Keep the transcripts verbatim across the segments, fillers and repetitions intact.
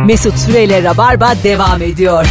Mesut Süreyle Rabarba devam ediyor.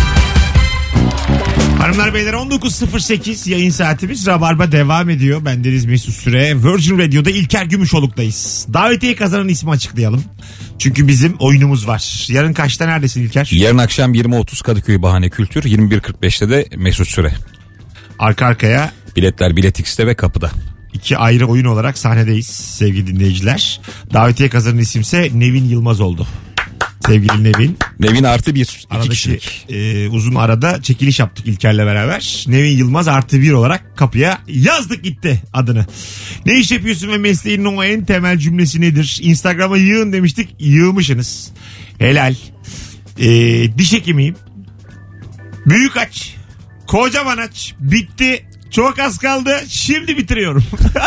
Hanımlar beyler on dokuz sıfır sekiz yayın saatimiz. Rabarba devam ediyor. Bendeniz Mesut Süre. Virgin Radio'da İlker Gümüşoluk'tayız. Davetiye kazanan ismi açıklayalım. Çünkü bizim oyunumuz var. Yarın kaçta neredesin İlker? Yarın akşam yirmi otuz Kadıköy Bahane Kültür, yirmi bir kırk beşte de Mesut Süre. Arka arkaya. Biletler Bilet X'te ve kapıda. İki ayrı oyun olarak sahnedeyiz sevgili dinleyiciler. Davetiye kazanan isimse Nevin Yılmaz oldu. Sevgili Nevin. Nevin artı bir. Aradaki e, uzun arada çekiliş yaptık İlker'le beraber. Nevin Yılmaz artı bir olarak kapıya yazdık gitti adını. Ne iş yapıyorsun ve mesleğinin o en temel cümlesi nedir? Instagram'a yığın demiştik, yığmışsınız. Helal. E, diş hekimiyim. Büyük aç. Kocaman aç. Bitti. Çok az kaldı. Şimdi bitiriyorum.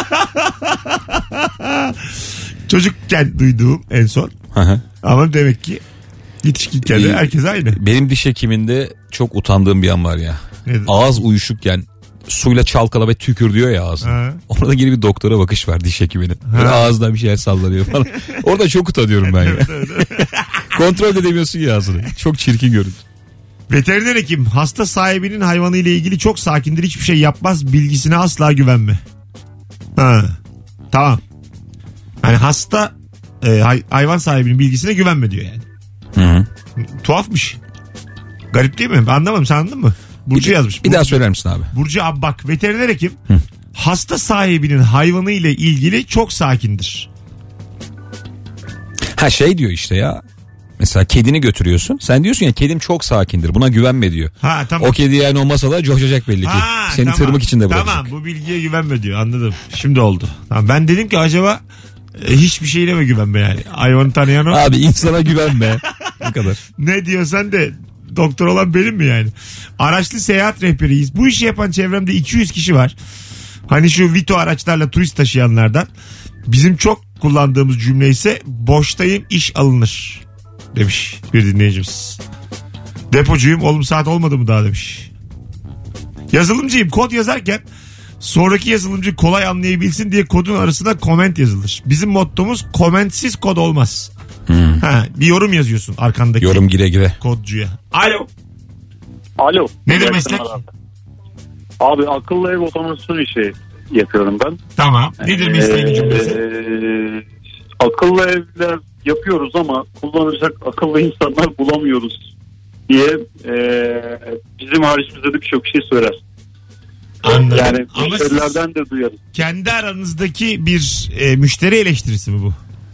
Çocukken duyduğum en son. Ama demek ki yetişkinken de herkes aynı. Benim diş hekiminde çok utandığım bir an var ya. Nedir? Ağız uyuşukken suyla çalkala ve tükür diyor ya ağzına. Orada geri bir doktora bakış var diş hekiminin. Böyle ağzından bir şeyler sallanıyor falan. Orada çok utanıyorum ben ya. Kontrol edemiyorsun ya ağzını. Çok çirkin görüntü. Veteriner hekim hasta sahibinin hayvanı ile ilgili çok sakindir, hiçbir şey yapmaz, bilgisine asla güvenme. Ha. Tamam. Yani hasta e, hay, hayvan sahibinin bilgisine güvenme diyor yani. Hı hı. Tuhafmış. Garip değil mi? Ben anlamadım, sen anladın mı? Burcu bir, yazmış. Bir Burcu, daha söyler misin abi? Burcu Abbak veteriner hekim hı. hasta sahibinin hayvanı ile ilgili çok sakindir. Ha şey diyor işte ya. Mesela kedini götürüyorsun. Sen diyorsun ya kedim çok sakindir. Buna güvenme diyor. Ha, tamam. O kedi yani o masada coşacak belli ki. Ha, Seni tamam. tırmık içinde bırakacak. Tamam, bu bilgiye güvenme diyor, anladım. Şimdi oldu. Tamam, ben dedim ki acaba e, hiçbir şeyine mi güvenme yani? Hayvanı tanıyan o. Abi insana güvenme. Ne kadar. Ne diyorsan de, doktor olan benim mi yani? Araçlı seyahat rehberiyiz. Bu işi yapan çevremde iki yüz kişi var. Hani şu Vito araçlarla turist taşıyanlardan. Bizim çok kullandığımız cümle ise boştayım, iş alınır demiş bir dinleyicimiz. Depocuyum, oğlum saat olmadı mı daha demiş. Yazılımcıyım, kod yazarken sonraki yazılımcı kolay anlayabilsin diye kodun arasına comment yazılır. Bizim mottomuz komentsiz kod olmaz. Hmm. Ha, bir yorum yazıyorsun arkandaki yorum gire gire kodcuya. Alo. Alo. Nedir meslek? Abi akıllı ev otomasyon işi yapıyorum ben. Tamam. Nedir mesleğin cümlesi? Ee, akıllı evler yapıyoruz ama kullanacak akıllı insanlar bulamıyoruz diye e, bizim haricimizde de birçok şey söyler. Anladım. Yani ama müşterilerden de duyarız. Kendi aranızdaki bir e, müşteri eleştirisi mi bu?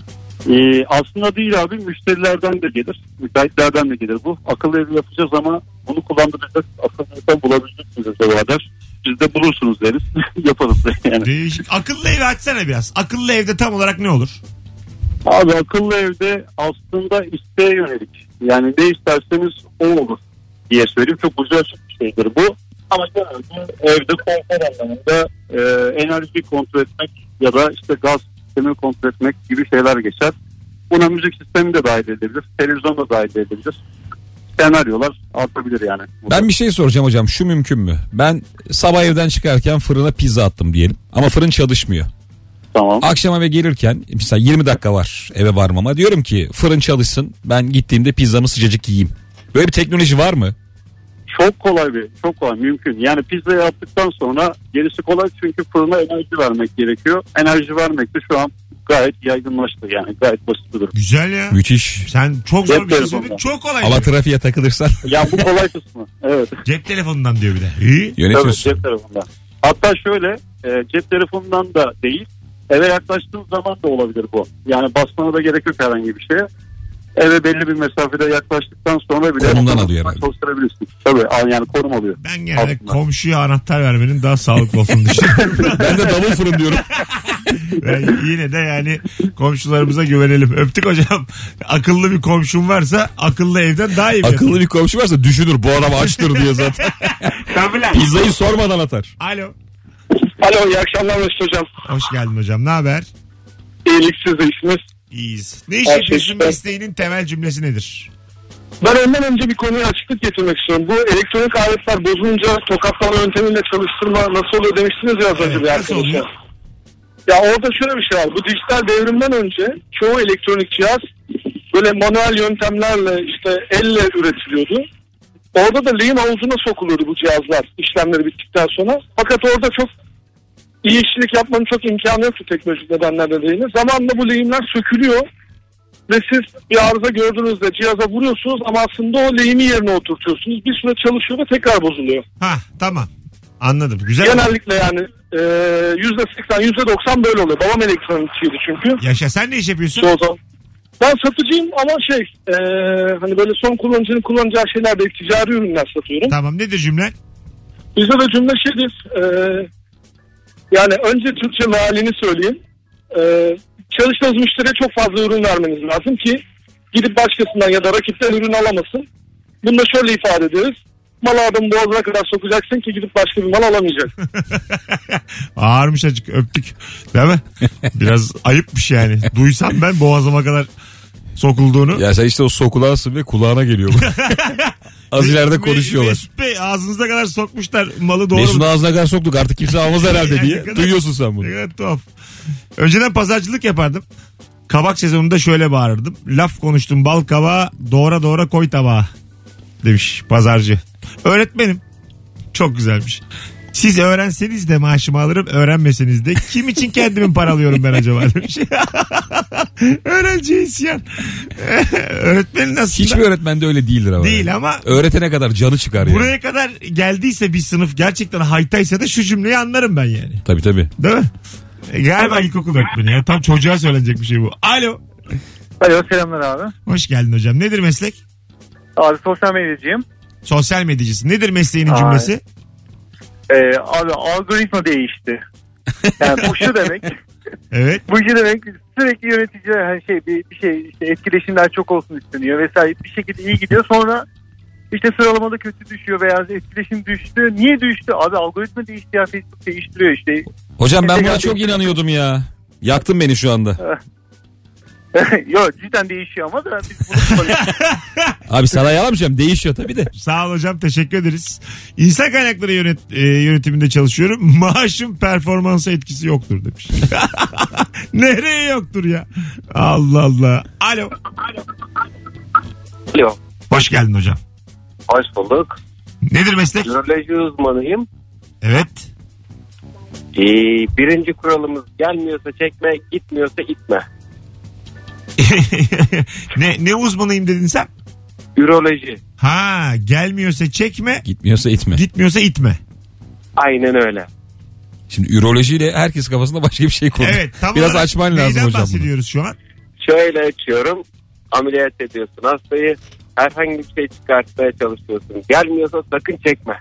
Ee, aslında değil abi, müşterilerden de gelir, müteahhitlerden de gelir bu. Akıllı ev yapacağız ama bunu kullandıracak akıllı insan bulabilecek miyiz acaba der. Siz de bulursunuz deriz. Yaparız yani. Değişik. Akıllı evi açsana biraz. Akıllı evde tam olarak ne olur? Abi akıllı evde aslında isteğe yönelik. Yani ne isterseniz o olur diye söyleyeyim. Çok güzel bir şeydir bu. Ama genelde evde konfor anlamında e, enerjiyi kontrol etmek ya da işte gaz sistemi kontrol etmek gibi şeyler geçer. Buna müzik sistemi de dahil edilebilir. Televizyon da dahil edilebilir. Senaryolar artabilir yani. Ben bir şey soracağım hocam, şu mümkün mü? Ben sabah evden çıkarken fırına pizza attım diyelim ama fırın çalışmıyor. Tamam. Akşam eve gelirken mesela yirmi dakika var eve varmama, diyorum ki fırın çalışsın, ben gittiğimde pizzamı sıcacık yiyeyim. Böyle bir teknoloji var mı? Çok kolay bir, çok kolay, mümkün. Yani pizzayı yaptıktan sonra gerisi kolay çünkü fırına enerji vermek gerekiyor. Enerji vermek de şu an gayet yaygınlaştı yani, gayet basit bir durum. Güzel ya. Müthiş. Sen çok zor Cep bir şey telefondan. söyledin. Çok kolay. Ama trafiğe takılırsan. Ya bu kolay kısmı. Evet. Cep telefonundan diyor bir de. İyi. Yönetiyorsun. Tabii, cep telefonundan. Hatta şöyle e, cep telefonundan da değil, eve yaklaştığın zaman da olabilir bu. Yani basmana da gerek yok herhangi bir şeye. Eve belli bir mesafede yaklaştıktan sonra bile konumdan alıyor herhalde. Çalıştırabilirsin. Tabii yani konum alıyor. Ben genelde aslında komşuya anahtar vermenin daha sağlıklı olduğunu düşünüyorum. Ben de davul fırın diyorum. Ben yine de yani komşularımıza güvenelim. Öptük hocam. Akıllı bir komşum varsa akıllı evden daha iyi bir Akıllı bir komşu varsa düşünür bu adam açtır diye zaten. Tabii lan. Pizzayı sormadan atar. Alo. Alo, iyi akşamlar Mesut hocam. Hoş geldin hocam. Ne haber? İyilik, siz de iyisiniz. İyiyiz. Ne iş Her yapıyorsun? şey Mesleğinin temel cümlesi nedir? Ben ondan önce bir konuya açıklık getirmek istiyorum. Bu elektronik aletler bozulunca tokatlama yöntemiyle çalıştırma nasıl oluyor demiştiniz ya az önce. Evet, nasıl oluyor? Ya orada şöyle bir şey var. Bu dijital devrimden önce çoğu elektronik cihaz böyle manuel yöntemlerle işte elle üretiliyordu. Orada da lehim havuzuna sokuluyordu bu cihazlar işlemleri bittikten sonra. Fakat orada çok iyi işçilik yapmanın çok imkanı yoktu teknolojik nedenlerle lehine. Zamanla bu lehimler sökülüyor ve siz bir arıza gördüğünüzde cihaza vuruyorsunuz ama aslında o lehimi yerine oturtuyorsunuz. Bir süre çalışıyor ve tekrar bozuluyor. Ha tamam. Anladım. Güzel. Genellikle yani yüzde seksen yüzde doksan böyle oluyor. Babam elektronikçiydi çünkü. Yaşa, sen ne iş yapıyorsun? Çoğu zaman. Ben satıcıyım ama şey e, hani böyle son kullanıcının kullanacağı şeyler değil, ticari ürünler satıyorum. Tamam, nedir cümlen? Bizde de cümle şeydir. E, yani önce Türkçe mealini söyleyeyim. E, çalıştığınız müşteriye çok fazla ürün vermeniz lazım ki gidip başkasından ya da rakipten ürün alamasın. Bunu da şöyle ifade ederiz. Mal adamı boğazına kadar sokacaksın ki gidip başka bir mal alamayacak. Ağırmış acık, öptük. Değil mi? Biraz ayıpmış yani. Duysam ben boğazıma kadar sokulduğunu. Ya sen işte o sokulansın ve kulağına geliyor bu. Az ileride konuşuyorlar. Mesut Bey, ağzınıza kadar sokmuşlar malı, doğru Mesut'un mu? ağzına kadar soktuk, artık kimse almaz herhalde diye. kadar, Duyuyorsun sen bunu. Evet, tuhaf. Önceden pazarcılık yapardım. Kabak sezonunda şöyle bağırırdım. Laf konuştum bal kabağı, doğra doğra koy tabağa demiş pazarcı. Öğretmenim. Çok güzelmiş. Siz öğrenseniz de maaşımı alırım, öğrenmeseniz de. Kim için kendimin para alıyorum ben acaba demiş. Öğrenciye isyan. Öğretmenin aslında. Hiçbir öğretmen de öyle değildir ama. Değil ama. Öğretene kadar canı çıkar Buraya yani. kadar geldiyse bir sınıf gerçekten haytaysa da şu cümleyi anlarım ben yani. Tabii tabii. Değil mi? E, galiba ilkokul öğretmeni ya. Tam çocuğa söylenecek bir şey bu. Alo. Alo, selamlar abi. Hoş geldin hocam. Nedir meslek? Abi sosyal medyacıyım. Sosyal medyacısın. Nedir mesleğinin Ay. cümlesi? Ee, abi algoritma değişti. Yani bu şu demek. Evet. Bu şu demek, sürekli yöneticiler her şey bir, bir şey işte etkileşimler çok olsun isteniyor vesaire, bir şekilde iyi gidiyor, sonra işte sıralamada kötü düşüyor veya etkileşim düştü. Niye düştü? Abi algoritma değişti ya, Facebook değiştiriyor işte. Hocam ben buna Mesela- çok inanıyordum ya. Yaktın beni şu anda. Yok, cidden değişiyor ama da biz bunu kullanıyoruz. Abi sana yalamayacağım, değişiyor tabii de. Sağ ol hocam, teşekkür ederiz. İnsan kaynakları yönet, e, yönetiminde çalışıyorum. Maaşım performansa etkisi yoktur demiş. Nereye yoktur ya? Allah Allah. Alo. Alo. Hoş geldin hocam. Hoş bulduk. Nedir meslek? Nöroloji uzmanıyım. Evet. Ee, birinci kuralımız gelmiyorsa çekme, gitmiyorsa itme. ne ne uzmanıyım dedin sen? Üroloji. Ha, gelmiyorsa çekme, Gitmiyorsa itme. gitmiyorsa itme. Aynen öyle. Şimdi ürolojiyle herkes kafasında başka bir şey kurdu. Evet, tam Biraz olarak açman lazım neyden hocam bunu. bahsediyoruz şu an? Şöyle açıyorum. Ameliyat ediyorsun hastayı. Herhangi bir şey çıkartmaya çalışıyorsun. Gelmiyorsa sakın çekme.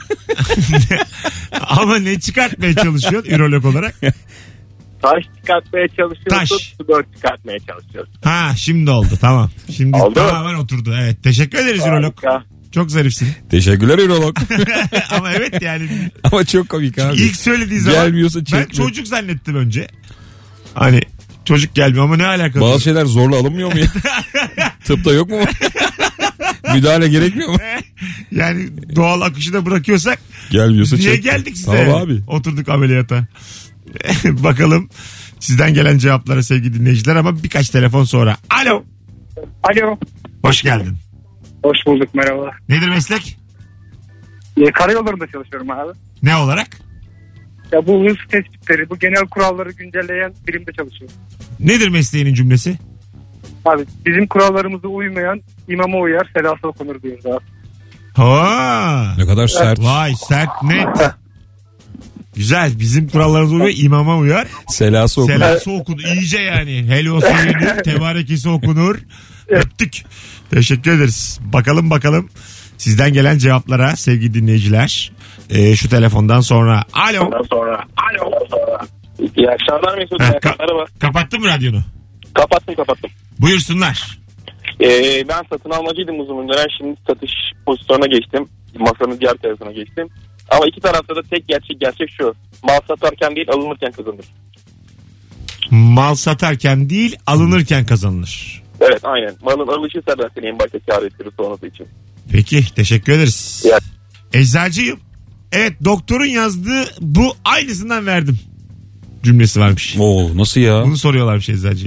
Ama ne çıkartmaya çalışıyorsun ürolog olarak? Taş çıkartmaya çalışıyorsun. Taş. Flör çıkartmaya çalışıyorsun. Ha, şimdi oldu, tamam. Şimdi Oldu mu? tamamen oturdu. Evet, teşekkür ederiz ürolog. Harika. Çok zarifsin. Teşekkürler ürolog. Ama evet yani Ama çok komik abi. ilk söylediği zaman Gelmiyorsa ben çekme. çocuk zannettim önce. Hani çocuk gelmiyor ama ne alakalı? Bazı şeyler zorla alınmıyor mu ya? Tıpta yok mu? Müdahale gerekmiyor mu? Yani doğal akışı da bırakıyorsak Gelmiyorsa niye çek. geldik size? Tamam abi. Oturduk ameliyata. Bakalım sizden gelen cevaplara sevgili dinleyiciler, ama birkaç telefon sonra. Alo. Alo. Hoş geldin. Hoş bulduk, merhaba. Nedir meslek? E, karayollarında çalışıyorum abi. Ne olarak? Ya bu hız tespitleri, bu genel kuralları güncelleyen birimde çalışıyorum. Nedir mesleğinin cümlesi? Abi bizim kurallarımıza uymayan imama uyar, selası okunur diyoruz abi. Ha. Ne kadar sert. Vay, sert, net. Güzel. Bizim kurallarımıza uyuyor, imama uyar. Selası okunur. Selası okunur. İyice yani. Helvası yenir, tebarekesi okunur. Öptük. Teşekkür ederiz. Bakalım bakalım sizden gelen cevaplara sevgili dinleyiciler. Ee, şu telefondan sonra. Alo. Ondan sonra. Alo. İyi akşamlar Mesut. Ha, İyi ka- akşamlar ama. kapattın mı radyonu? Kapattım kapattım. Buyursunlar. Ee, ben satın almacıydım uzun dönem. Şimdi satış pozisyonuna geçtim. Masanın diğer tarafına geçtim. Ama iki tarafta da tek gerçek gerçek şu. Mal satarken değil alınırken kazanır. Mal satarken değil, alınırken kazanılır. Evet aynen. Malın alışı da seni en başta kâr ettirir sonrası için. Peki, teşekkür ederiz. Ya. Eczacıyım. Evet, doktorun yazdığı bu aynısından verdim cümlesi varmış. Oo, nasıl ya? Bunu soruyorlarmış eczacıya.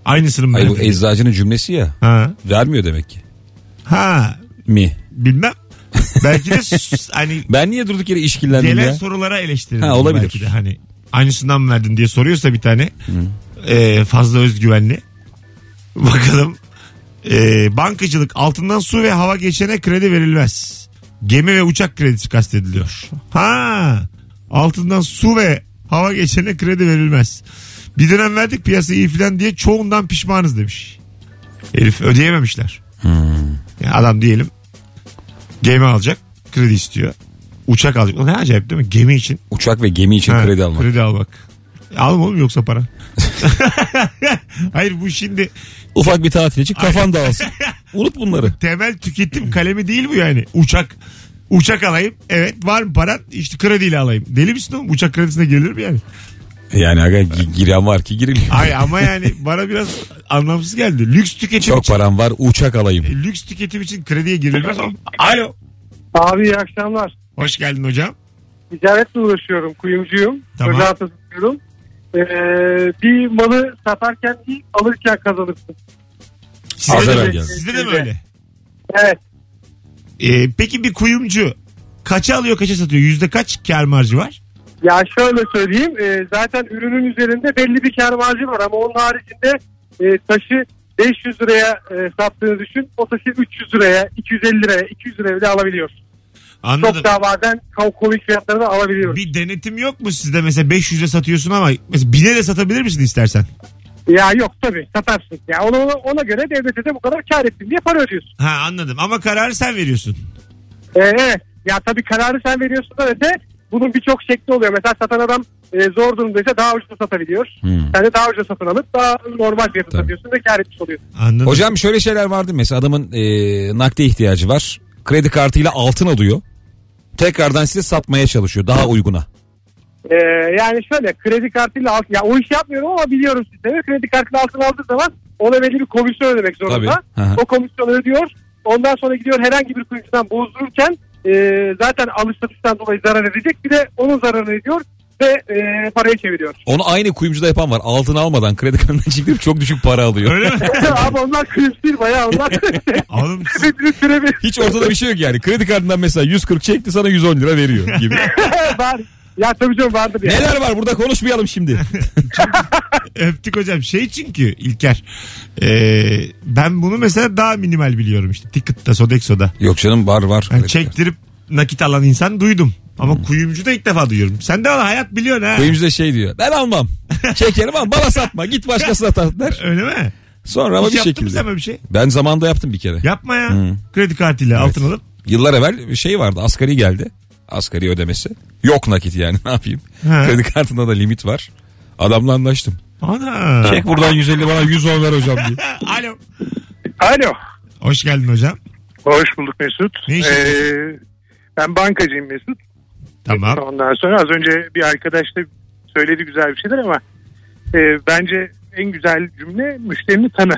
Aynısını mı Hayır, bu verdin? eczacının cümlesi ya. Ha. Vermiyor demek ki. Ha. Mi? Bilmem. Belki de s- hani Ben niye durduk yere işkillendim gelen ya? sorulara eleştirin. Ha, olabilir. Belki de hani aynısından mı verdin diye soruyorsa bir tane e, fazla özgüvenli. Bakalım. E, bankacılık altından su ve hava geçene kredi verilmez. Gemi ve uçak kredisi kastediliyor. Ha, altından su ve hava geçene kredi verilmez. Bir dönem verdik piyasa iyi filan diye çoğundan pişmanız demiş. Elif ödeyememişler. Hmm. Yani adam diyelim gemi alacak kredi istiyor. Uçak alacak. O ne acayip değil mi? Gemi için. Uçak ve gemi için Ha, kredi almak. Kredi almak. Alma oğlum yoksa para. Hayır bu şimdi Ufak bir tatil için kafan dağılsın. Unut bunları. temel tüketim kalemi değil bu yani. Uçak uçak alayım. Evet var mı paran? İşte krediyle alayım. Deli misin oğlum? Uçak kredisine gelir mi yani? Yani aga gi- giren var ki giriliyor. Ay ama yani bana biraz anlamsız geldi. Lüks tüketim Çok için, param var, uçak alayım. e, lüks tüketim için krediye girilmez. Alo. Abi iyi akşamlar. Hoş geldin hocam. Ticaretle uğraşıyorum. Kuyumcuyum. Tamam. Özel satıyorum. Ee, bir malı satarken değil alırken kazanırsın. Sizde Az de, evvel mi? geldi. Sizde de mi öyle? Evet. Ee, peki bir kuyumcu kaça alıyor kaça satıyor? Yüzde kaç kar marjı var? Ya şöyle söyleyeyim. e, zaten ürünün üzerinde belli bir kar marjı var ama onun haricinde e, taşı beş yüz liraya e, sattığını düşün. O taşı üç yüz liraya, iki yüz elli liraya, iki yüz liraya bile alabiliyorsun. Anladım. Çok daha bazen komik fiyatları da alabiliyoruz. Bir denetim yok mu sizde mesela beş yüze satıyorsun ama mesela bine de satabilir misin istersen? Ya yok tabii satarsın. Ya ona, ona göre devlete de bu kadar kar ettin diye para ödüyorsun. Ha anladım ama kararı sen veriyorsun. Ee, evet. Ya tabii kararı sen veriyorsun da öte bunun birçok şekli oluyor. Mesela satan adam e, zor durumdaysa daha ucuza satabiliyor. Hmm. Sen de daha ucuza satın alıp daha normal fiyatı Tabii. satıyorsun ve kar etmiş oluyorsun. Anladım. Hocam şöyle şeyler vardı mesela adamın e, nakde ihtiyacı var. Kredi kartıyla altın alıyor. Tekrardan size satmaya çalışıyor daha uyguna. Ee, yani şöyle kredi kartıyla alt, ya o işi yapmıyorum ama biliyorum sistemi. Kredi kartıyla altın aldığı zaman ona belli bir komisyon ödemek zorunda. Tabii. Hı hı. O komisyonu ödüyor. Ondan sonra gidiyor herhangi bir kuyumcudan bozdururken e, zaten alış satıştan dolayı zarar edecek. Bir de onun zararını ediyor ve e, parayı çeviriyor. Onu aynı kuyumcuda yapan var. Altın almadan kredi kartından çektirip çok düşük para alıyor. Öyle mi? Abi onlar kuyumcu değil bayağı onlar. Oğlum Bir süre bir Hiç ortada bir şey yok yani. Kredi kartından mesela yüz kırk çekti sana yüz on lira veriyor gibi. var. Ya tabii canım vardır ya. Neler var burada konuşmayalım şimdi. öptük hocam. Şey çünkü İlker e, ben bunu mesela daha minimal biliyorum işte. Ticket'ta Sodexo'da. Yok canım var var. Yani çektirip nakit alan insan duydum. Ama kuyumcu da ilk defa duyuyorum. Sen de valla hayat biliyorsun ha. Kuyumcu da şey diyor. Ben almam. Çekerim ama bana satma. Git başkasına sat der. Öyle mi? Sonra ama Hiç bir yaptın mı şekilde. sen böyle bir şey? Ben zamanında yaptım bir kere. Yapma ya. Hı. Kredi kartıyla Evet. altın alıp. Yıllar evvel bir şey vardı. Asgari geldi. Asgari ödemesi. Yok nakit yani ne yapayım. Ha. Kredi kartında da limit var. Adamla anlaştım. Ana. Çek buradan yüz elli bana yüz on ver hocam diye. Alo. Alo. Hoş geldin hocam. Hoş bulduk Mesut. Ne iş Ee, ben bankacıyım Mesut. Tamam. Ondan sonra az önce bir arkadaş da söyledi güzel bir şeyler ama e, bence en güzel cümle müşterini tanı.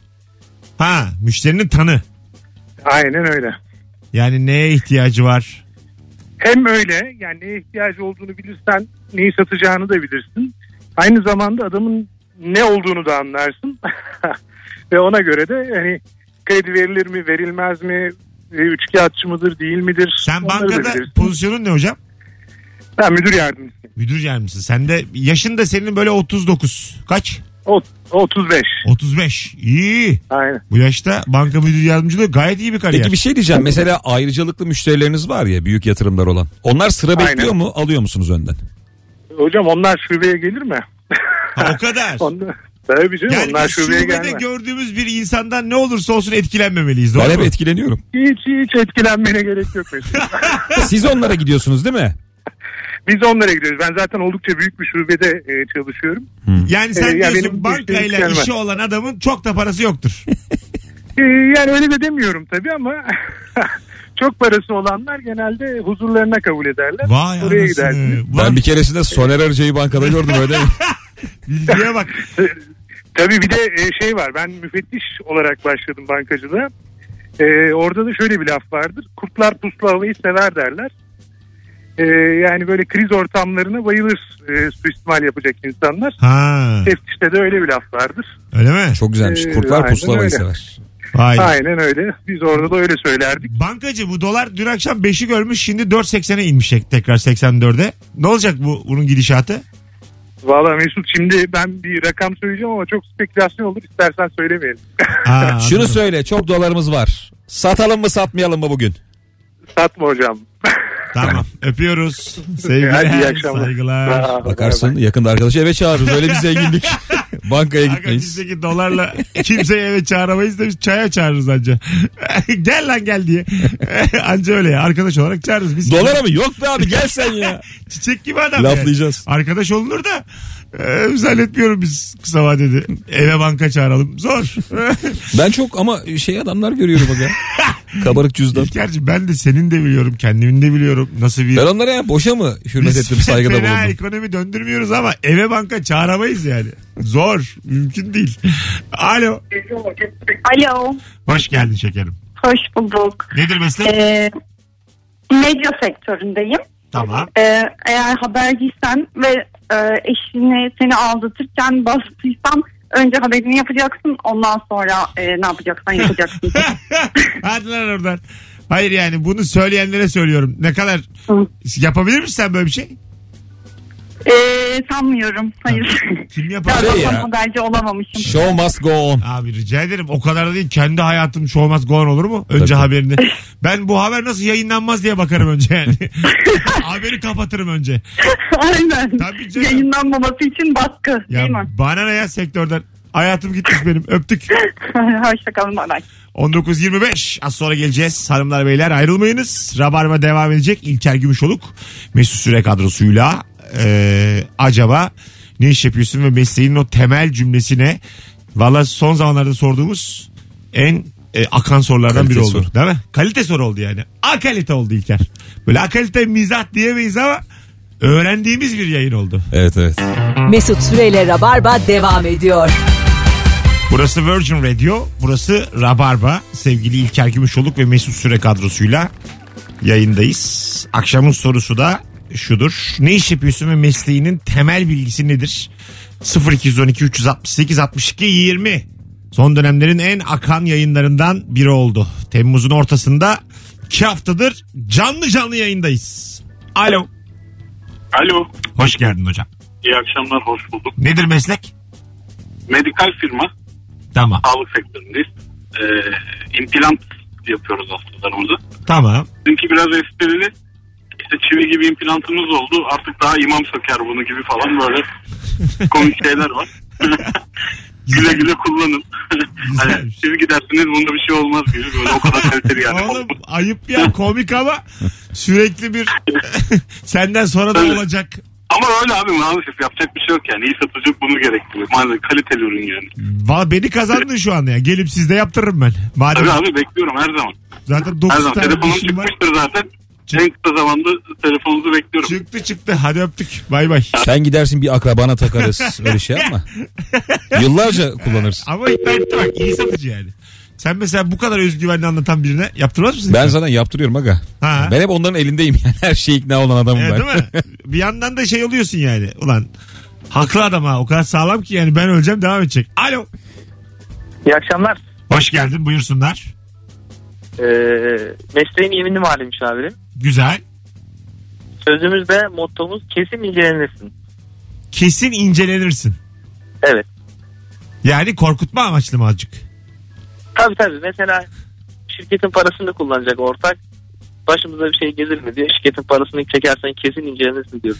Ha müşterinin tanı. Aynen öyle. Yani neye ihtiyacı var? Hem öyle yani neye ihtiyacı olduğunu bilirsen neyi satacağını da bilirsin. Aynı zamanda adamın ne olduğunu da anlarsın. Ve ona göre de hani kredi verilir mi verilmez mi üçkağıtçı mıdır değil midir? Sen onları da bankada bilirsin. pozisyonun ne hocam? Ben müdür yardımcısıyım. Müdür yardımcısı. Sen de yaşın da senin böyle otuz dokuz. Kaç? O, otuz beş. otuz beş. İyi. Aynen. Bu yaşta banka müdür yardımcılığı gayet iyi bir kariyer. Peki bir şey diyeceğim. Mesela ayrıcalıklı müşterileriniz var ya büyük yatırımlar olan. Onlar sıra Aynen. bekliyor mu? Alıyor musunuz önden? Hocam onlar şubeye gelir mi? Ha, o kadar. Onlar, tabii canım Yani onlar biz şubeye şubede gelmez. gördüğümüz bir insandan ne olursa olsun etkilenmemeliyiz. Doğru Ben hep mu? etkileniyorum. Hiç hiç etkilenmene gerek yok Mesut. Siz onlara gidiyorsunuz değil mi? Biz onlara gidiyoruz. Ben zaten oldukça büyük bir şubede e, çalışıyorum. Yani sen Ee, ya diyorsun benim bankayla müşterim işi gelmez. olan adamın çok da parası yoktur. E, yani öyle de demiyorum tabii ama çok parası olanlar genelde huzurlarına kabul ederler. Vay Oraya gidersiniz. anasını. Ben Ulan bir keresinde Soner Arıcı'yı bankada gördüm öyle. bilgiye bak. Tabii bir de e, şey var. Ben müfettiş olarak başladım bankacılığa. E, orada da şöyle bir laf vardır. Kurtlar puslu havayı sever derler. Ee, yani böyle kriz ortamlarına bayılır e, suistimal yapacak insanlar. Ha. Teftişte de öyle bir laf vardır. Öyle mi? Çok güzelmiş. Ee, Kurtlar aynen pusulavayı öyle. sever. Vay. Aynen öyle. Biz orada da öyle söylerdik. Bankacı bu dolar dün akşam beşi görmüş, şimdi dört seksene inmiş tekrar seksen dörde. Ne olacak bu bunun gidişatı? Valla Mesut, şimdi ben bir rakam söyleyeceğim ama çok spekülasyon olur. İstersen söylemeyelim. Ha, Şunu anladım. söyle, çok dolarımız var. Satalım mı satmayalım mı bugün? Satma hocam. Tamam, öpüyoruz. Sevgiler, Hadi iyi akşamlar. saygılar. Aa, Bakarsın bay bay. yakında arkadaşı eve çağırırız. Öyle bir zenginlik. Bankaya Aga gitmeyiz. bizdeki dolarla kimseyi eve çağıramayız da biz çaya çağırırız anca. Gel lan gel diye. Anca öyle ya, arkadaş olarak çağırırız. Biz Dolara mı? Yok be abi, gel sen ya. çiçek gibi adam Laflayacağız. yani. Arkadaş olunur da e, zannetmiyorum biz kısa vadede. Eve banka çağıralım. Zor. Ben çok ama şey adamlar görüyorum bak ya. Kabarık cüzdan. İlker'cim ben de senin de biliyorum, kendimin de biliyorum. Nasıl bir... Ben onlara ya boşa mı hürmet Biz ettim, saygıda fena bulundum. ekonomi döndürmüyoruz ama eve banka çağıramayız yani. Zor. Mümkün değil. Alo. Alo, Hoş geldin şekerim. hoş bulduk. Nedir meslek? Ee, medya sektöründeyim. Tamam. Ee, eğer haberciysen ve e, eşini seni aldatırken bastıysan önce haberini yapacaksın. Ondan sonra e, ne yapacaksan yapacaksın. Hadi lan oradan. Hayır yani bunu söyleyenlere söylüyorum. Ne kadar Hı. yapabilir misin sen böyle bir şey? Ee, sanmıyorum. Hayır. Kim yapar? Daha Şey da ya. haberci olamamışım. Show must go on. Abi rica ederim, o kadar da değil. Kendi hayatım show must go on olur mu? Önce Tabii. haberini. Ben bu haber nasıl yayınlanmaz diye bakarım önce yani. Haberi kapatırım önce. Aynen. Tabii canım. Yayınlanmaması için baskı. Ya Değil mi? bana ne ya sektörden? Hayatım gitmiş benim. Öptük. Hoşçakalın. Bay bay. on dokuz yirmi beş az sonra geleceğiz. Hanımlar beyler ayrılmayınız. Rabarba devam edecek. İlker Gümüşoluk Mesut Süre kadrosuyla ee, acaba ne iş yapıyorsun ve mesleğinin o temel cümlesine, valla son zamanlarda sorduğumuz en e, akan sorulardan Kalite biri oldu. soru. Değil mi? Kalite soru oldu yani. A kalite oldu İlker. Böyle a kalite mizah diyemeyiz ama öğrendiğimiz bir yayın oldu. Evet evet. Mesut Süreyle Rabarba devam ediyor. Burası Virgin Radio, burası Rabarba. Sevgili İlker Gümüşoluk ve Mesut Süre kadrosuyla yayındayız. Akşamın sorusu da şudur. Ne iş yapıyorsun ve mesleğinin temel bilgisi nedir? sıfır iki on iki üç altı sekiz altmış iki yirmi. Son dönemlerin en akan yayınlarından biri oldu. Temmuz'un ortasında iki haftadır canlı canlı yayındayız. Alo. Alo. Hoş geldin hocam. İyi akşamlar, hoş bulduk. Nedir meslek? Medikal firma, Tamam. sağlık sektöründeyiz. Ee, implant yapıyoruz hastalarımıza. Tamam. Çünkü biraz esprili. İşte çivi gibi implantımız oldu. Artık daha imam söker bunu gibi falan böyle komik şeyler var. Güle güle kullanın. Hani siz gidersiniz bunda bir şey olmaz gibi, böyle o kadar kaliteli yani. Oğlum ayıp ya, komik ama sürekli bir senden sonra da olacak. Ama öyle abi, maalesef yapacak bir şey yok yani. İyi satıcı bunu gerektiriyor. Maalesef kaliteli ürün yani. Valla beni kazandın şu anda ya. Gelip sizde yaptırırım ben. Madem Tabii abi, bekliyorum her zaman. zaten Her dokuz zaman. tane Telefonum işim var. çıkmıştır zaten. En kısa zamanda telefonunuzu bekliyorum. Çıktı çıktı. Hadi öptük. Bay bay. Sen gidersin bir akrabana takarız, öyle şey yapma. Yıllarca kullanırsın. Ama ikna etti bak. İyi satıcı yani. Sen mesela bu kadar özgüvenli anlatan birine yaptırmaz mısın? Ben zaten yaptırıyorum aga. Ha. Ben hep onların elindeyim yani. Her şeye ikna olan adamım Evet, ben. değil mi? Bir yandan da şey oluyorsun yani. Ulan haklı adam ha. O kadar sağlam ki yani ben öleceğim devam edecek. Alo. İyi akşamlar. Hoş geldin. Buyursunlar. Ee, mesleğin yeminli malum müşavirim. Güzel. Sözümüzde mottomuz kesin ilgilenirsin. Kesin incelenirsin. Evet. Yani korkutma amaçlı mı azıcık? Tabii tabii. Mesela şirketin parasını da kullanacak ortak. Başımıza bir şey gelir mi diye şirketin parasını çekersen kesin incelenirsin diyoruz.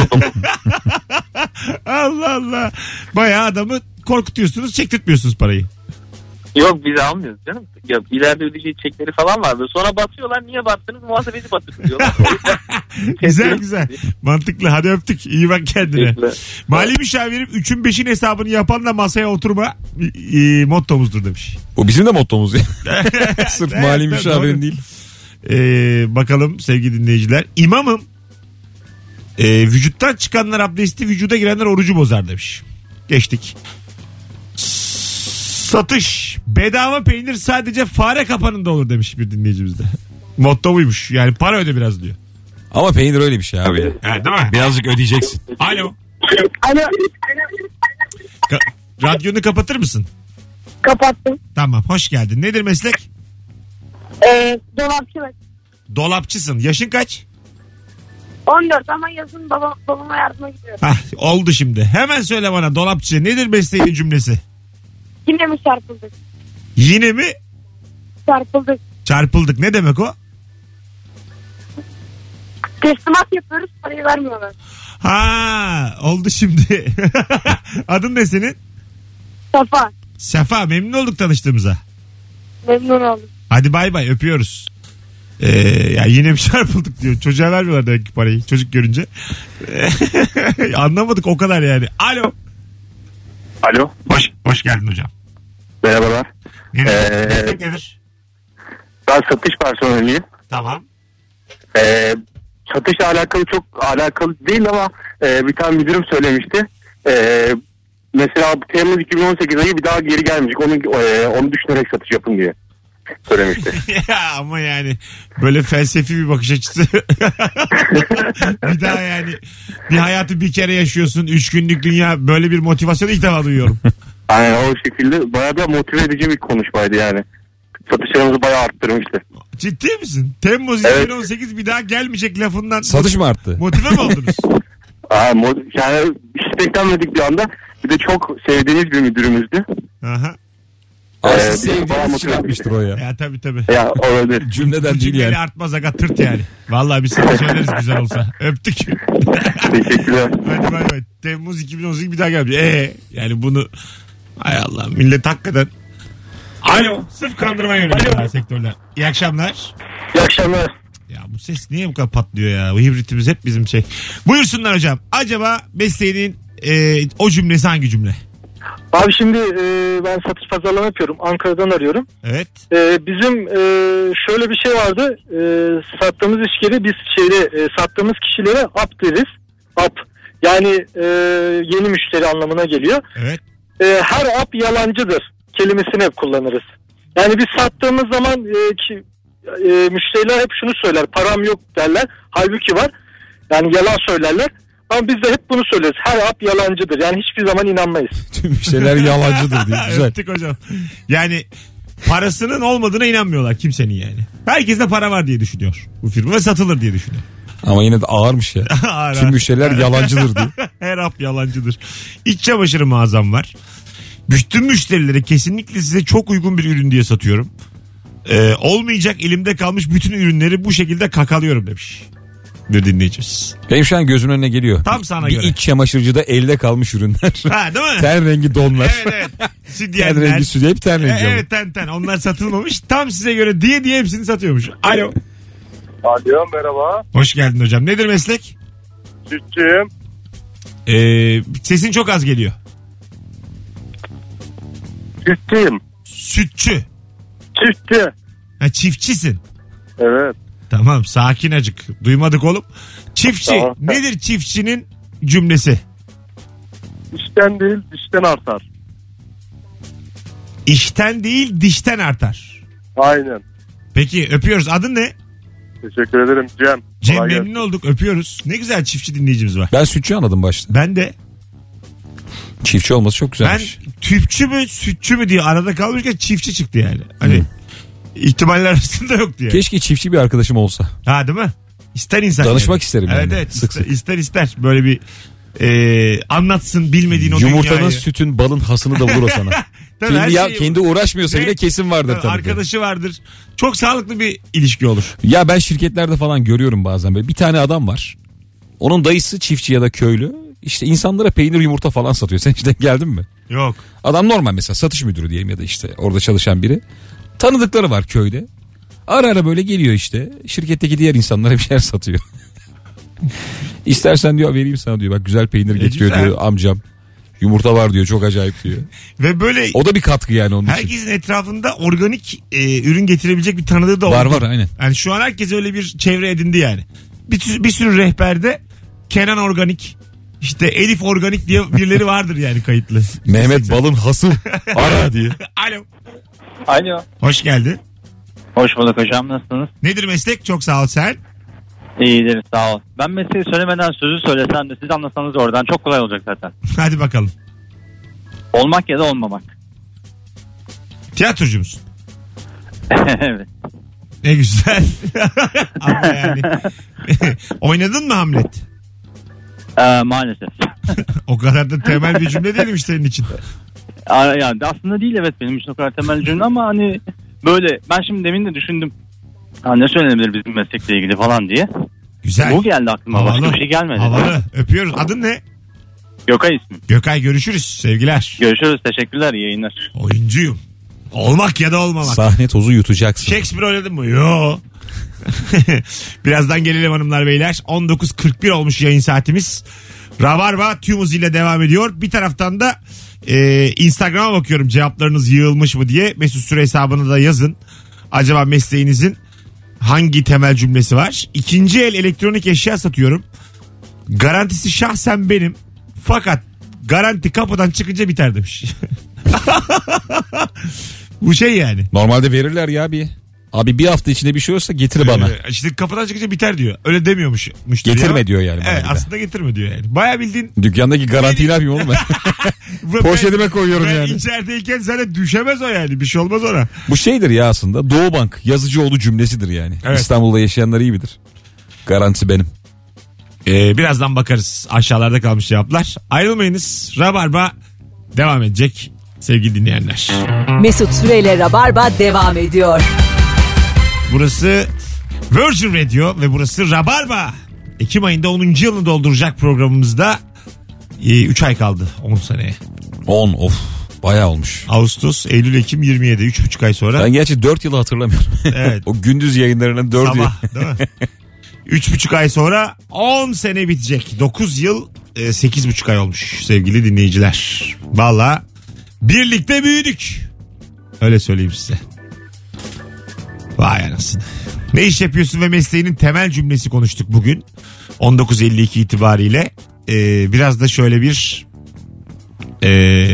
Allah Allah. Bayağı adamı korkutuyorsunuz, çektirtmiyorsunuz parayı. Yok, biz almıyoruz canım. Ya, ileride ödeyeceği çekleri falan vardır. Sonra batıyorlar. Niye battınız? Muhasebeci batırdı diyorlar. Güzel güzel. Mantıklı. Hadi öptük. İyi bak kendine. Teşekkürler. Mali müşavirim üçün beşin hesabını yapan da masaya oturma e, mottomuzdur demiş. Bu bizim de mottomuz ya. Sırf Evet, mali evet, müşavirin doğru. değil. Ee, bakalım sevgili dinleyiciler. İmamım e, vücuttan çıkanlar abdesti, vücuda girenler orucu bozar demiş. Geçtik. Satış. Bedava peynir sadece fare kapanında olur demiş bir dinleyicimiz de. Motto buymuş. Yani para öde biraz diyor. Ama peynir öyle bir şey abi ya. Ha, değil mi? Birazcık ödeyeceksin. Alo. Alo. Ka- radyonu kapatır mısın? Kapattım. Tamam, hoş geldin. Nedir meslek? Ee, dolapçı var. Dolapçısın. Yaşın kaç? on dört ama yazın babam, babama yardıma gidiyorum. Hah, oldu şimdi. Hemen söyle bana, dolapçı. Nedir mesleğinin cümlesi? Yine mi çarpıldık? Yine mi? Çarpıldık. Çarpıldık. Ne demek o? Teslimat yapıyoruz, parayı vermiyorlar. Ha, oldu şimdi. Adın ne senin? Safa. Sefa, memnun olduk tanıştığımıza. Memnun oldum. Hadi bay bay, öpüyoruz. Ee, ya yine bir çarpıldık diyor. Çocuğa vermiyorlar demek ki parayı çocuk görünce. Anlamadık o kadar yani. Alo. Alo. Hoş, hoş geldin hocam. Merhabalar. Nedir? Ee, Meslek nedir? Ben satış personeliyim. Tamam. Ee, satışla alakalı çok alakalı değil ama e, bir tane müdürüm söylemişti. Ee, mesela Temmuz iki bin on sekiz ayı bir daha geri gelmeyecek. Onu, e, onu düşünerek satış yapın diye söylemişti. Ya ama yani böyle felsefi bir bakış açısı. Bir daha yani bir hayatı bir kere yaşıyorsun. Üç günlük dünya, böyle bir motivasyonu ilk defa duyuyorum. Aynen o şekilde bayağı da motive edici bir konuşmaydı yani. Satışlarımızı bayağı arttırmıştı. Ciddi misin? Temmuz Evet. iki bin on sekiz bir daha gelmeyecek lafından. Satış mı arttı? Motive mi oldunuz? Aa, mod- yani hiç beklenmedik bir anda. Bir de çok sevdiğiniz bir müdürümüzdü. Aha. Aslında Ee, bayağı sevdiğiniz için motive yapmıştır o ya. Ya tabii tabii. Ya olabilir. Cümleden Bu değil cümleyle yani. artmaz aga, tırt yani. Vallahi biz sana söyleriz güzel olsa. Öptük. Teşekkürler. Hadi bay bay. Temmuz iki bin on sekiz bir daha gelmiş. Eee yani bunu, hay Allah, millet hakikaten. Alo. Sırf kandırma yönelik sektörler. İyi akşamlar. İyi akşamlar. Ya bu ses niye bu kadar patlıyor ya? Bu hibritimiz hep bizim şey. Buyursunlar hocam. Acaba mesleğinin e, o cümlesi hangi cümle? Abi şimdi e, ben satış pazarlama yapıyorum. Ankara'dan arıyorum. Evet. E, bizim e, şöyle bir şey vardı. E, sattığımız işleri biz şeyde e, sattığımız kişilere up deriz. Up. Yani e, yeni müşteri anlamına geliyor. Evet. E, her up yalancıdır kelimesini hep kullanırız. Yani biz sattığımız zaman e, ki, e, müşteriler hep şunu söyler. Param yok derler. Halbuki var. Yani yalan söylerler. Ama biz de hep bunu söyleriz. Her up yalancıdır. Yani hiçbir zaman inanmayız. Tüm şeyler yalancıdır diye. Güzel. Öptük hocam. Yani parasının olmadığına inanmıyorlar kimsenin yani. Herkes de para var diye düşünüyor bu firma ve satılır diye düşünüyor. Ama yine de ağırmış ya. Ağır, Tüm ağır. müşteriler yalancıdır diye. Her hap yalancıdır. İç çamaşırı mağazam var. Bütün müşterilere kesinlikle size çok uygun bir ürün diye satıyorum. Ee, olmayacak elimde kalmış bütün ürünleri bu şekilde kakalıyorum demiş bir dinleyicimiz. Benim şu an gözümün önüne geliyor. Tam sana bir göre. iç çamaşırcıda elde kalmış ürünler. Ha, değil mi? Ten rengi donlar. Evet evet. Ten Sütyenler. rengi sütü hep ten rengi. E, ama. evet ten ten. Onlar satılmamış. Tam size göre diye diye hepsini satıyormuş. Alo. Alo merhaba. Hoş geldin hocam. Nedir meslek? Sütçüyüm. Ee, sesin çok az geliyor. Sütçüyüm. Sütçü. Sütçü. Ha, çiftçisin. Evet. Tamam, sakin acık. Duymadık oğlum. Çiftçi. Tamam. Nedir çiftçinin cümlesi? İşten değil dişten artar. İşten değil dişten artar. Aynen. Peki öpüyoruz. Adın ne? Teşekkür ederim Cem. Cem, Kolay memnun gelsin. olduk. Öpüyoruz. Ne güzel çiftçi dinleyicimiz var. Ben sütçü anladım başta. Ben de. Çiftçi olması çok Ben güzelmiş. tüpçü mü sütçü mü diye arada kalmışken çiftçi çıktı yani. Hani ihtimaller arasında yoktu yani. Keşke çiftçi bir arkadaşım olsa. Ha, değil mi? İster insan. Danışmak yani. isterim evet, yani. Evet Sık ister, sık. ister ister. Böyle bir e, anlatsın bilmediğin o Yumurtanın, dünyayı. sütün, balın hasını da bulur o sana. Tabii her kendi, ya, şeyi- kendi uğraşmıyorsa Ve- bile kesin vardır tabii. Arkadaşı vardır. Çok sağlıklı bir ilişki olur. Ya ben şirketlerde falan görüyorum bazen böyle. Bir tane adam var. Onun dayısı çiftçi ya da köylü. İşte insanlara peynir yumurta falan satıyor. Sen hiç denk geldin mi? Yok. Adam normal mesela satış müdürü diyelim ya da işte orada çalışan biri. Tanıdıkları var köyde. Ara ara böyle geliyor işte. Şirketteki diğer insanlara bir şeyler satıyor. İstersen diyor vereyim sana diyor. Bak güzel peynir getiriyor güzel. diyor amcam. Yumurta var diyor çok acayip diyor. Ve böyle O da bir katkı yani onun için. herkesin etrafında organik e, ürün getirebilecek bir tanıdığı da Var oldu. var aynen. Yani şu an herkes öyle bir çevre edindi yani. Bir, tü- bir sürü rehberde Kenan Organik, işte Elif Organik diye birileri vardır yani kayıtlı. Mehmet balın hası ara diye. Alo. Alo. Hoş geldin. Hoş bulduk hocam, nasılsınız? Nedir meslek? Çok sağ ol sen. İyidir sağ ol. Ben mesleği söylemeden sözü söylesem de siz anlasanız oradan çok kolay olacak zaten. Hadi bakalım. Olmak ya da olmamak. Tiyatrocu musun? Evet. Ne güzel. Ama yani. Oynadın mı Hamlet? Ee, maalesef. O kadar da temel bir cümle değilmiş senin için. Yani aslında değil, evet, benim için o kadar temel cümle ama hani böyle ben şimdi demin de düşündüm. Ha, ne söylenebilir bizim meslekle ilgili falan diye. Güzel. Bu geldi aklıma. Havalı. Başka bir şey gelmedi. Havalı. Öpüyoruz. Adın ne? Gökay ismim. Gökay, görüşürüz. Sevgiler. Görüşürüz. Teşekkürler. İyi yayınlar. Oyuncuyum. Olmak ya da olmamak. Sahne tozu yutacaksın. Shakespeare oynadın mı? Yo. Birazdan gelelim hanımlar beyler. on dokuz kırk bir olmuş yayın saatimiz. Rabarba tüm hızıyla devam ediyor. Bir taraftan da e, Instagram'a bakıyorum, cevaplarınız yığılmış mı diye. Mesut Süre hesabına da yazın. Acaba mesleğinizin hangi temel cümlesi var? İkinci el elektronik eşya satıyorum. Garantisi şahsen benim. Fakat garanti kapıdan çıkınca biter demiş. Bu şey yani. Normalde verirler ya bir. Abi bir hafta içinde bir şey olursa getir bana. Ee, işte kapıdan çıkınca biter diyor. Öyle demiyormuş müşteri. Getirme ya. diyor yani. Evet, aslında getirme diyor yani. Baya bildiğin. Dükkandaki garantiyi ne yapayım oğlum ben? Poşetime koyuyorum ben yani. Ben içerideyken zaten düşemez o yani. Bir şey olmaz ona. Bu şeydir ya aslında. Doğu Bank Yazıcıoğlu cümlesidir yani. Evet. İstanbul'da yaşayanlar iyi bilir. Garantisi benim. Ee, birazdan bakarız. Aşağılarda kalmış cevaplar. Ayrılmayınız. Rabarba devam edecek sevgili dinleyenler. Mesut Süreyle Rabarba devam ediyor. Burası Virgin Radio ve burası Rabarba. Ekim ayında onuncu yılını dolduracak programımızda üç ay kaldı on seneye. on of bayağı olmuş. Ağustos, Eylül, Ekim yirmi yedi, üç buçuk ay sonra. Ben gerçi dört yılı hatırlamıyorum. Evet. O gündüz yayınlarının dört yılı. Sabah değil mi? üç buçuk ay sonra on sene bitecek. dokuz yıl sekiz buçuk ay olmuş sevgili dinleyiciler. Valla birlikte büyüdük. Öyle söyleyeyim size. Vay anasını. Ne iş yapıyorsun ve mesleğinin temel cümlesi konuştuk bugün. on dokuz elli iki itibariyle. Ee, biraz da şöyle bir e,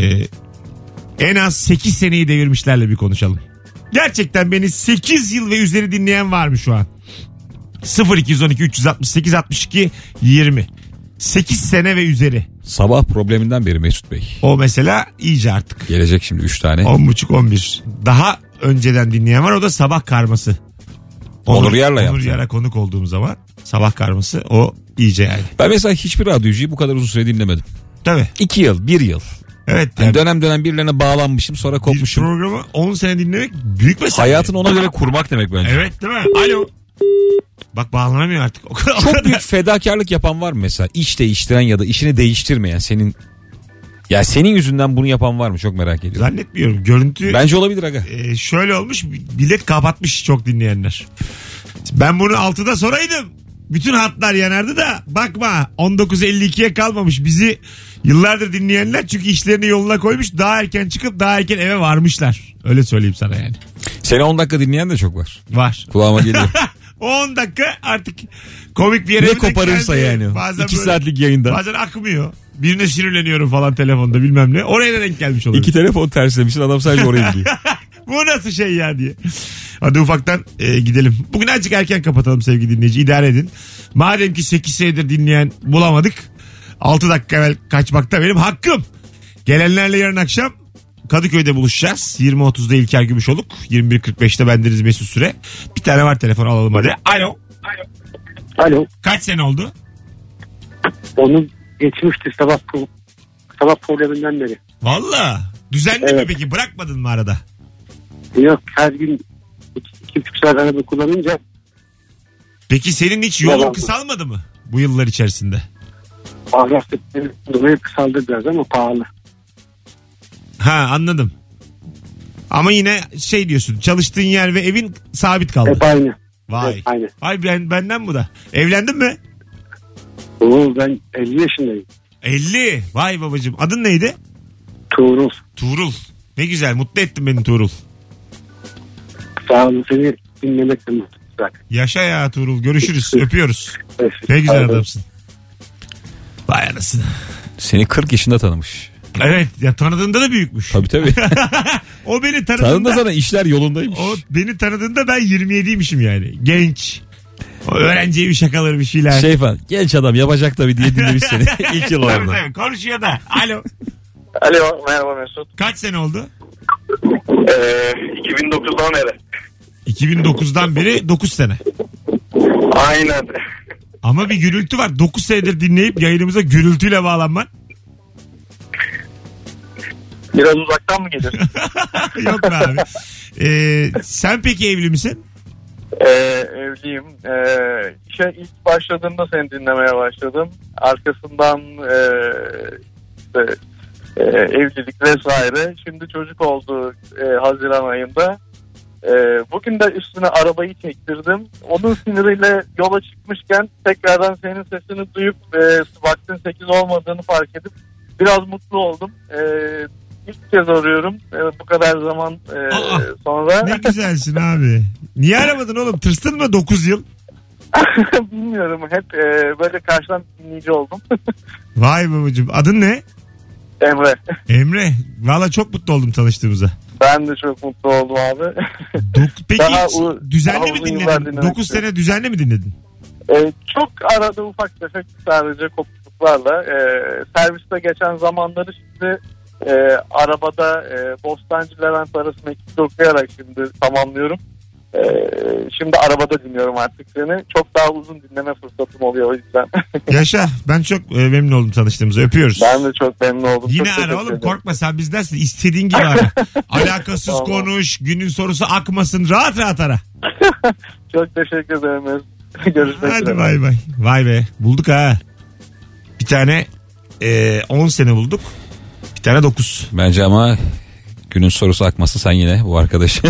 en az sekiz seneyi devirmişlerle bir konuşalım. Gerçekten beni sekiz yıl ve üzeri dinleyen var mı şu an? sıfır iki on iki üç altı sekiz altmış iki yirmi sekiz sene ve üzeri. Sabah probleminden beri Mesut Bey. O mesela iyice artık. Gelecek şimdi üç tane. on buçuk on bir. Daha önceden dinleyen var, o da sabah karması. Onur, Onur Yar'la yaptı. Onur Yar'a konuk olduğum zaman sabah karması o iyice yani. Ben mesela hiçbir radyocuyu bu kadar uzun süre dinlemedim. Tabii. İki yıl, bir yıl. Evet. Yani yani dönem dönem birilerine bağlanmışım, sonra kopmuşum. Bir programı on sene dinlemek büyük mesele. Hayatını ona göre kurmak demek bence. Evet değil mi? Alo. Bak bağlanamıyor artık. O kadar, Çok o kadar. büyük fedakarlık yapan var mı mesela? İş değiştiren ya da işini değiştirmeyen senin... Ya senin yüzünden bunu yapan var mı? Çok merak ediyorum. Zannetmiyorum. Görüntü... Bence olabilir aga. E, şöyle olmuş. Bilet kapatmış çok dinleyenler. Ben bunu altıda soraydım. Bütün hatlar yanardı da bakma on dokuz elli ikiye kalmamış. Bizi yıllardır dinleyenler çünkü işlerini yoluna koymuş. Daha erken çıkıp daha erken eve varmışlar. Öyle söyleyeyim sana yani. Seni on dakika dinleyen de çok var. Var. Kulağıma geliyor. on dakika artık komik bir yere ne koparırsa geldi. yani. Bazen iki böyle, saatlik yayında. Bazen akmıyor. Birine sinirleniyorum falan telefonda bilmem ne. Oraya da denk gelmiş oluyor. İki telefon terslemişsin, adam sadece oraya gidiyor. Bu nasıl şey ya diye. Hadi ufaktan e, gidelim. Bugün azıcık erken kapatalım sevgili dinleyici. İdare edin. Madem ki sekiz senedir dinleyen bulamadık. altı dakika evvel kaçmakta benim hakkım. Gelenlerle yarın akşam Kadıköy'de buluşacağız. yirmi otuzda İlker Gümüşoluk. yirmi bir kırk beşte bendeniz Mesut Süre. Bir tane var, telefon alalım hadi. Alo. Alo. Kaç sene oldu? Onu geçmişti sabah sabah probleminden beri. Valla. Düzenli evet. mi peki? Bırakmadın mı arada? Yok, her gün iki buçuk saat araba kullanınca. Peki senin hiç yolun Yalan. kısalmadı mı bu yıllar içerisinde? Ağlastıkları dolayı kısaldı biraz ama pahalı. Ha, anladım. Ama yine şey diyorsun, çalıştığın yer ve evin sabit kaldı. Hep aynı. Vay. Hep aynı. Vay ben, benden bu da. Evlendin mi? Oo, ben elli yaşındayım. elli. Vay babacığım. Adın neydi? Tuğrul. Tuğrul. Ne güzel, mutlu ettin beni Tuğrul. Sağ olun, seni dinlemek de mutlu. Yaşa ya Tuğrul, görüşürüz. Öpüyoruz. Ne güzel Aynen. adamsın. Vay anasını. Seni kırk yaşında tanımış. Evet ya, tanıdığında da büyükmüş. Tabii tabii. O beni tanıdığında. Tanıdığında sana işler yolundaymış. O beni tanıdığında ben yirmi yediymişim yani. Genç. O öğrenci evi şakaları bir şeyler. Şey falan genç adam yapacak tabii diye dinlemiş seni ilk yıllarda. Tabii, konuşuyor da. Alo. Alo merhaba Mesut. Kaç sene oldu? Ee, iki bin dokuzdan beri. iki bin dokuzdan beri dokuz sene. Aynen. Ama bir gürültü var. dokuz senedir dinleyip yayınımıza gürültüyle bağlanman. Biraz uzaktan mı gelir? Yok be abi. Ee, sen peki evli misin? Ee, evliyim. Ee, işe ilk başladığımda seni dinlemeye başladım. Arkasından e, işte, e, evlilik vesaire. Şimdi çocuk oldu e, Haziran ayında. E, bugün de üstüne arabayı çektirdim. Onun siniriyle yola çıkmışken tekrardan senin sesini duyup e, vaktin sekiz olmadığını fark edip biraz mutlu oldum. E, ilk kez arıyorum. E, bu kadar zaman e, Aa, sonra. Ne güzelsin abi. Niye aramadın oğlum? Tırstın mı dokuz yıl? Bilmiyorum. Hep e, böyle karşıdan dinleyici oldum. Vay babacığım. Adın ne? Emre. Emre. Valla çok mutlu oldum tanıştığımıza. Ben de çok mutlu oldum abi. Dok- Peki Daha hiç u- düzenli daha mi uzun yıllar dinledin? dinlemek dokuz istiyorum. sene düzenli mi dinledin? E, çok arada ufak tefek sadece kopukluklarla. E, serviste geçen zamanları şimdi e, arabada e, Bostancı Levent arası mektup okuyarak şimdi tamamlıyorum. E, şimdi arabada dinliyorum artık seni. Çok daha uzun dinleme fırsatım oluyor o yüzden. Yaşa. Ben çok e, memnun oldum tanıştığımıza. Öpüyoruz. Ben de çok memnun oldum. Yine çok ara oğlum, ederim. korkma, sen bizdensin. İstediğin gibi ara. Alakasız Tamam. konuş. Günün sorusu akmasın. Rahat rahat ara. Çok teşekkür ederim. Görüşmek üzere. Hadi bay bay. Vay be. Bulduk ha. Bir tane on sene bulduk. Bir tane dokuz. Bence ama günün sorusu akması sen yine bu arkadaşı.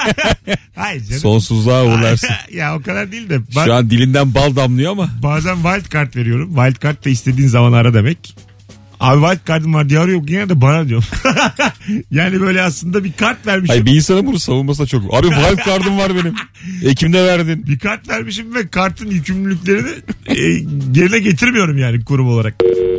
Hayır canım. Sonsuzluğa uğurlarsın. Ya o kadar değil de. Bak, Şu an dilinden bal damlıyor ama. bazen wild card veriyorum. Wild card da istediğin zaman ara demek. Abi wild card'ım var diye arıyor. Yine de bana diyorum. Yani böyle aslında bir kart vermişim. Hayır, bir insanın bunu savunması da çok. Abi wild card'ım var benim. Ekim'de verdin. Bir kart vermişim ve kartın yükümlülüklerini e, yerine getirmiyorum yani kurum olarak.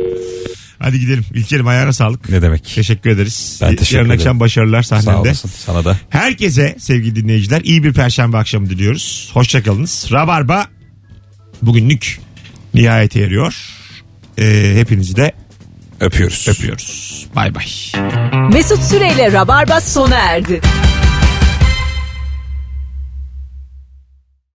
Hadi gidelim. İlker'im ayağına sağlık. Ne demek? Teşekkür ederiz. Ben teşekkür Yarın ederim. akşam başarılar sahnende. Sağ olasın. Sana da. Herkese sevgili dinleyiciler iyi bir perşembe akşamı diliyoruz. Hoşçakalınız. Rabarba bugünlük nihayete eriyor. Ee, hepinizi de Öpüyoruz. öpüyoruz. Bay bay. Mesut Süreyle Rabarba sona erdi.